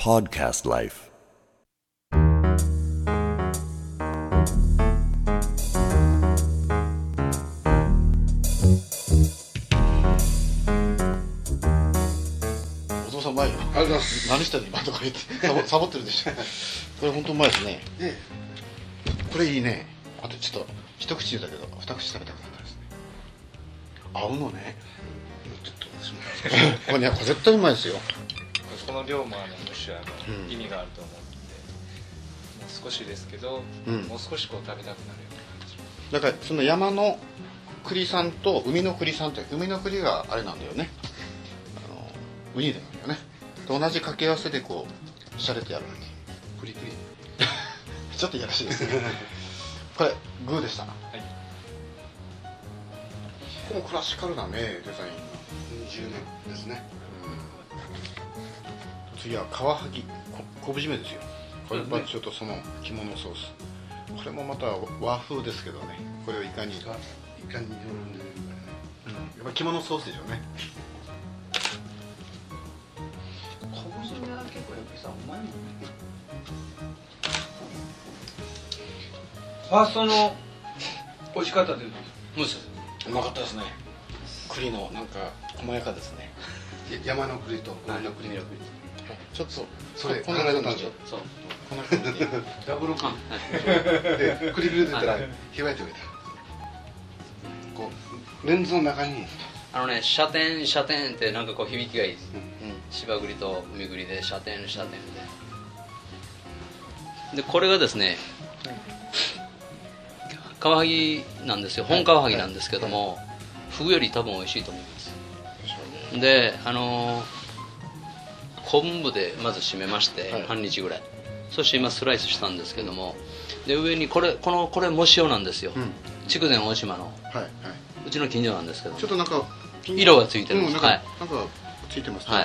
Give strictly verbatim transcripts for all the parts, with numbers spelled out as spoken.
Podcast Life. お父さんうまいよ。ありがとうございます。何してんの今とか言ってサボ、サボってるでしょ。これ本当うまいですね。ええ、これいいね。あとちょっと一口だけど二口食べたくなったですね。合うのね。ちょっと私もこれね、これ絶対うまいですよ。 この量もあのむしろあの、うん、意味があると思うので、もう少しですけど、うん、もう少しこう食べたくなるような感じ。 だからその山の栗さんと海の栗さんって、海の栗があれなんだよね。あのウニだよね。と同じ掛け合わせでこうしゃれてやるわけ。栗栗。ちょっといやらしいですね。これグーでした。はい。このクラシカルなねデザインがにじゅうねんですね。うん、次はカワハギ、こ昆布締めですよ。カルパッチョとその肝のソース。これもまた和風ですけどね。これをいかにいかに日本で、うん、やっぱ肝のソースでしょうね。 昆布締めは結構やっぱりさ、うまいもんね。ファーストの美味しかったです。 うまかったですね。栗のなんか細やかですね。山の栗と海の栗の栗。ちょっとそれこんな感じでしょ。そう。こんな感じで。ダブル感。で栗栗出たらひばいておいた。こうレンズの中にあのね、シャテンシャテンってなんかこう響きがいいです。芝栗と海栗でシャテンシャテンで。でこれがですね。カワハギなんですよ。本カワハギなんですけども、フグより多分美味しいと思います。で、あの昆布でまず締めまして、はい、半日ぐらい。そして今スライスしたんですけども、で上にこれこのこれ藻塩なんですよ。うん、筑前大島の、はいはい、うちの近所なんですけど、 ちょっとなんか色がついてるんです。 うん、なんか、はい、なんかついてますね。はい、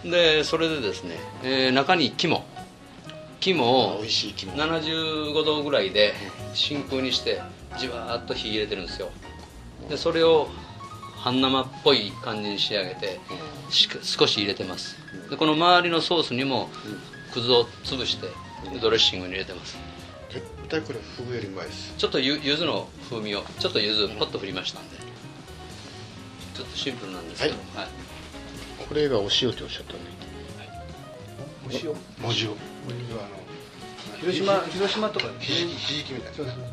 でそれでですね、えー、中に肝。肝をななじゅうごどぐらいで真空にしてじわーっと火入れてるんですよ。でそれを半生っぽい感じに仕上げて少し入れてます。でこの周りのソースにもくずを潰してドレッシングに入れてます。 絶対これフグよりうまいです。 ちょっと ゆ, 柚子の風味をちょっと柚子ポッと振りましたんで、ちょっとシンプルなんですけど、はいはい、 これがお塩っておっしゃったね。 お塩文字を広島広島とかひじきひじきみたいな。そうそうそう。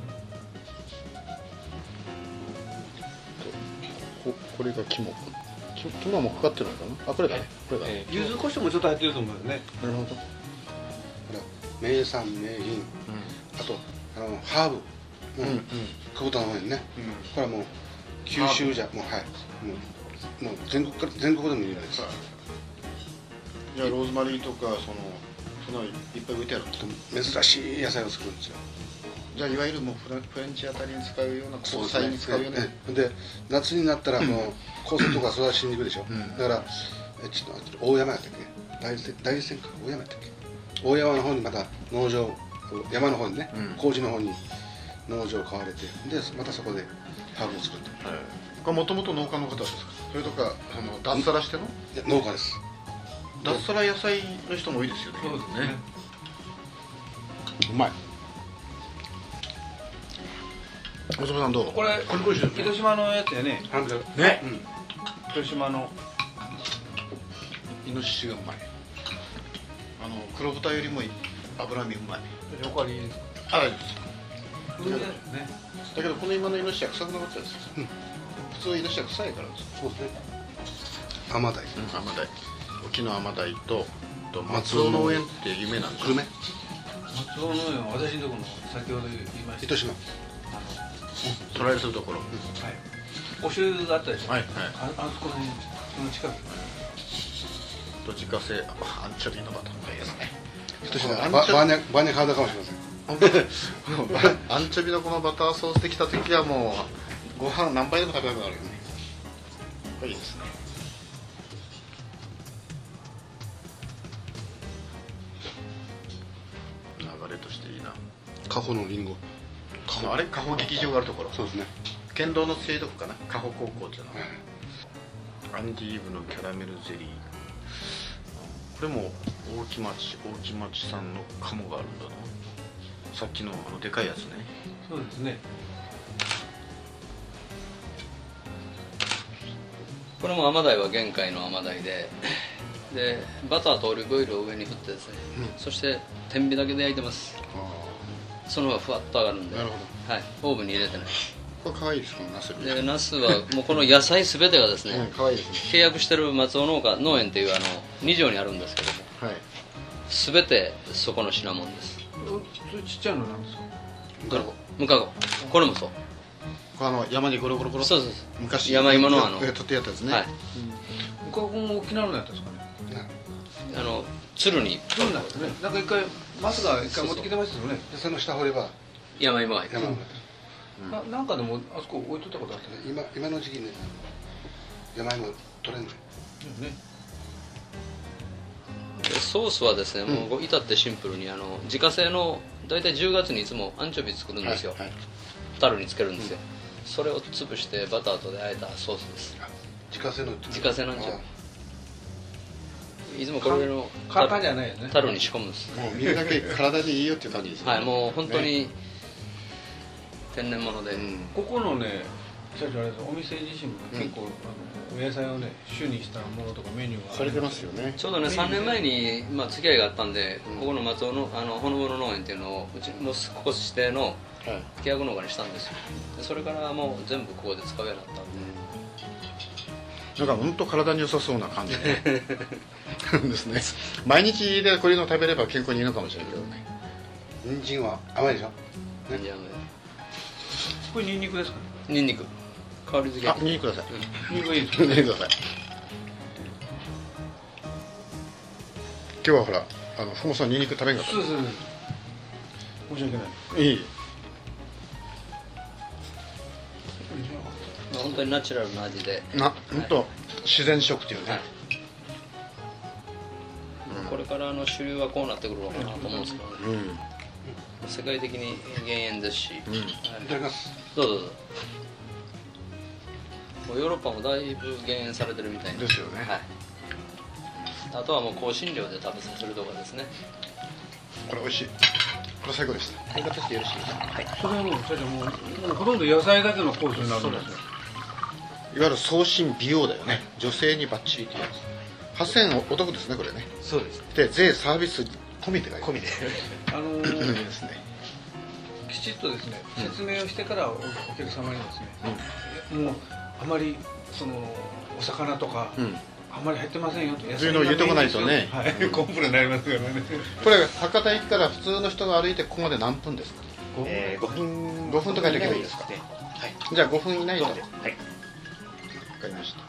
ここれが肝。肝もかかってるのかな。あ、これだね。これだね。 柚子胡椒もちょっと入ってると思うよね。 なるほど。これ名産名品、うん、あとあのハーブ、うんうん、久保田の方にね、うん、これはもう九州じゃもうはいもうもう全国から全国でも有名です。じゃあローズマリーとかそのそのいっぱい置いてある珍しい野菜を作るんですよ。じゃあいわゆるもうフレンチあたりに使うような香菜に使うよね。で夏になったらもう香菜とか育ちにくいでしょ。うん、だからえちょっと大山やったっけ、大山大山か大山やったっけ、大山の方にまた農場、山の方にね、うん、麹の方に農場を買われて、でまたそこでハーブを作って、はい、これもともと農家の方ですか。それとかあの脱サラしての農家です。脱サラ野菜の人も多いですよね。そうですね。うまい。おそばさんどう？ これこれ広島のやつやね。 ね。 うん、広島のイノシシがうまい。あの黒豚よりも脂身うまい。 おかわりいいですか？ はい。だけどこの今のイノシシは臭くなかったです。うん、普通イノシシは臭いからです。そうですね。甘鯛。うん、甘鯛。沖縄甘鯛と松尾農園って有名なんですよ。 松尾農園は私のところの先ほど言いました。 糸島。トライアルするところ。はい。 お醤油があったでしょ。 はいはい。 あそこのその近く。 と自家製アンチョビのバターがいいですね。糸島バーニャバーニャカードかもしれません。アンチョビのこのバターソースできた時はもうご飯何杯でも食べたくなるよね。これいいですね。流れとしていいな。カホのリンゴ。あれカホ劇場があるところ。そうですね。県道の強いとこかな。カホ高校っていうのは。アンディーブのキャラメルゼリー。ここれも大木町大木町産の鴨があるんだな。さっきのあのでかいやつね。 そうですね。 これも甘鯛は玄海の甘鯛で、でバターとオリーブオイルを上に振ってですね、うん、そして天火だけで焼いてます。その方がふわっと上がるんで。なるほど。はい、オーブンに入れてない。 これ可愛いですこのナス。 でナスはもうこの野菜すべてがですね、 うん、可愛いですね。 契約してる松尾農家農園っていうあのに条にあるんですけども、はい、すべてそこの品物です。 それちっちゃいのなんですか？ どれ？ムカゴ。これもそう。 あの山にゴロゴロゴロ。 そうそうそう。 昔山芋のあの取ってやったやつね。はい。 ムカゴも沖縄のやったんですかね。 あの鶴に。 そうなんですね。なんか一回マスが一回持ってきてましたよね。 その下掘れば山芋が。山芋。 な, なんかでもあそこ置いとったことあったね。 今今の時期ね山芋取れんのよね。 ソースはですね、うん、もう至ってシンプルにあの自家製の大体じゅうがつにいつもアンチョビ作るんですよ、はいはい、樽につけるんですよ、うん、それを潰してバターとで和えたソースです。 自家製の自家製なんですよ。いつもこれの簡単じゃないよね。 樽に仕込むんです。 もう見るだけ体でいいよっていう感じですよね。 はい、もう本当に、ね、天然物で、うん、 ここのね社長あれです、お店自身も結構、うん、あのお野菜をね主にしたものとかメニューがされてますよね。 ちょうどねさんねんまえに、まあ、付き合いがあったんで、うん、ここの松尾のあのほのぼの農園っていうのをうちもここ指定の契約農家にしたんですよ。でそれからもう全部ここで使うようになったんで、 うん、なんか本当体に良さそうな感じでですね。毎日でこういうのを食べれば健康にいいのかもしれないけどね。 人参は甘いでしょ。 人参甘い。 これニンニクですか？ ニンニク。香り付け。 あ、ニンニクください。 ニンニクいいですか？ ニンニクください。今日はほら、あの、ふもさんニンニク食べんかった。 そうそうそう。申し訳ない。いい。 本当にナチュラルな味で。 な、本当、はい、自然食っていうね。はい、 うん、これからの主流はこうなってくるのかなと思うんですけどね。うん、世界的に減塩ですし。うん、はい、いただきます。どうぞどうぞ。ヨーロッパもだいぶ減塩されてるみたいですよね。はい。 あとはもう香辛料で食べさせるとかですね。 これ美味しい。これ最高でした。はい、私でよろしいですか。はい。 それはもうそれでもうほとんど野菜だけのコースになるんですよ。 いわゆる送信美容だよね。女性にバッチリってやつ。はっせんえんお得ですねこれね。 そうです。 で税サービス込みで書いて込みで。 あのー、ですね。きちっとですね説明をしてからお客様にですね、うん、もうあまりそのお魚とか、うん、あまり入ってませんよと。 そういうのを入れとかないとね。 はい、コンプレになりますからね。 これ博多駅から普通の人が歩いてここまで何分ですか？ えー、ごふん。 ごふんとかできればいいですか？はい。じゃあごふん以内で。はい。わかりました。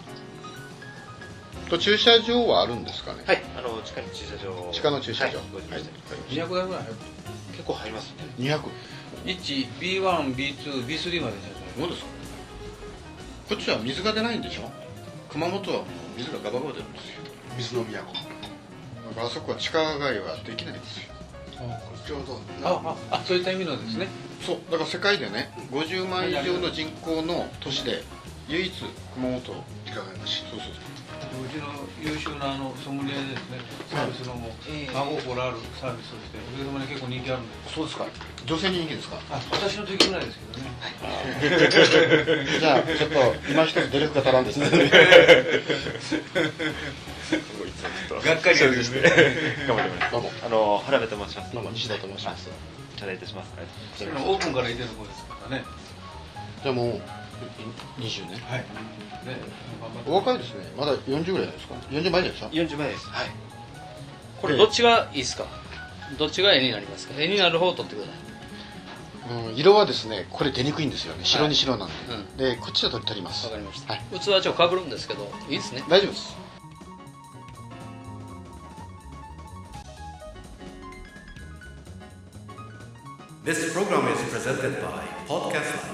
と駐車場はあるんですかね？ はい。あの地下に駐車場。 地下の駐車場。 はい。 にひゃくだいぐらい入る。 結構入りますね。 にひゃく。 いち、ビーワン、ビーツー、ビースリー まで社長。 そうですか。こっちは水が出ないんでしょ。熊本はもう水がガバガバ出るんですよ。 水の都。 あそこは地下街はできないんですよ。 ああ、ちょうど。 ああ、そういった意味のですね。 そう、だから世界でね、ごじゅうまん以上の人口の都市で唯一熊本地下街なし。そうそうそう。 うちの優秀なあのソムリエですね、サービスのも真心あるサービスをしてお客様に結構人気あるんで。 そうですか。女性に人気ですか？ あ、私の時ぐらいですけどね。 じゃあちょっと今一つ努力が足らんですね。 がっかりですね。頑張ります。どうも。あの原部と申します。 どうも西田と申します。 頂戴いたします。 オープンからいてる子ですからね。 じゃあもうにじゅうねん。 はい。 ね、お若いですね。まだよんじゅうぐらいですか？よんじゅうまえですか？ よんじゅうまえです。はい。 これどっちがいいですか？どっちが絵になりますか？絵になる方を取ってください。うん、色はですね、これ出にくいんですよね。白に白なんで。はい、うん、で、こっちだと取ります。 わかりました。はい、器はちょっと被るんですけど、いいですね。 大丈夫です。 This program is presented by Podcast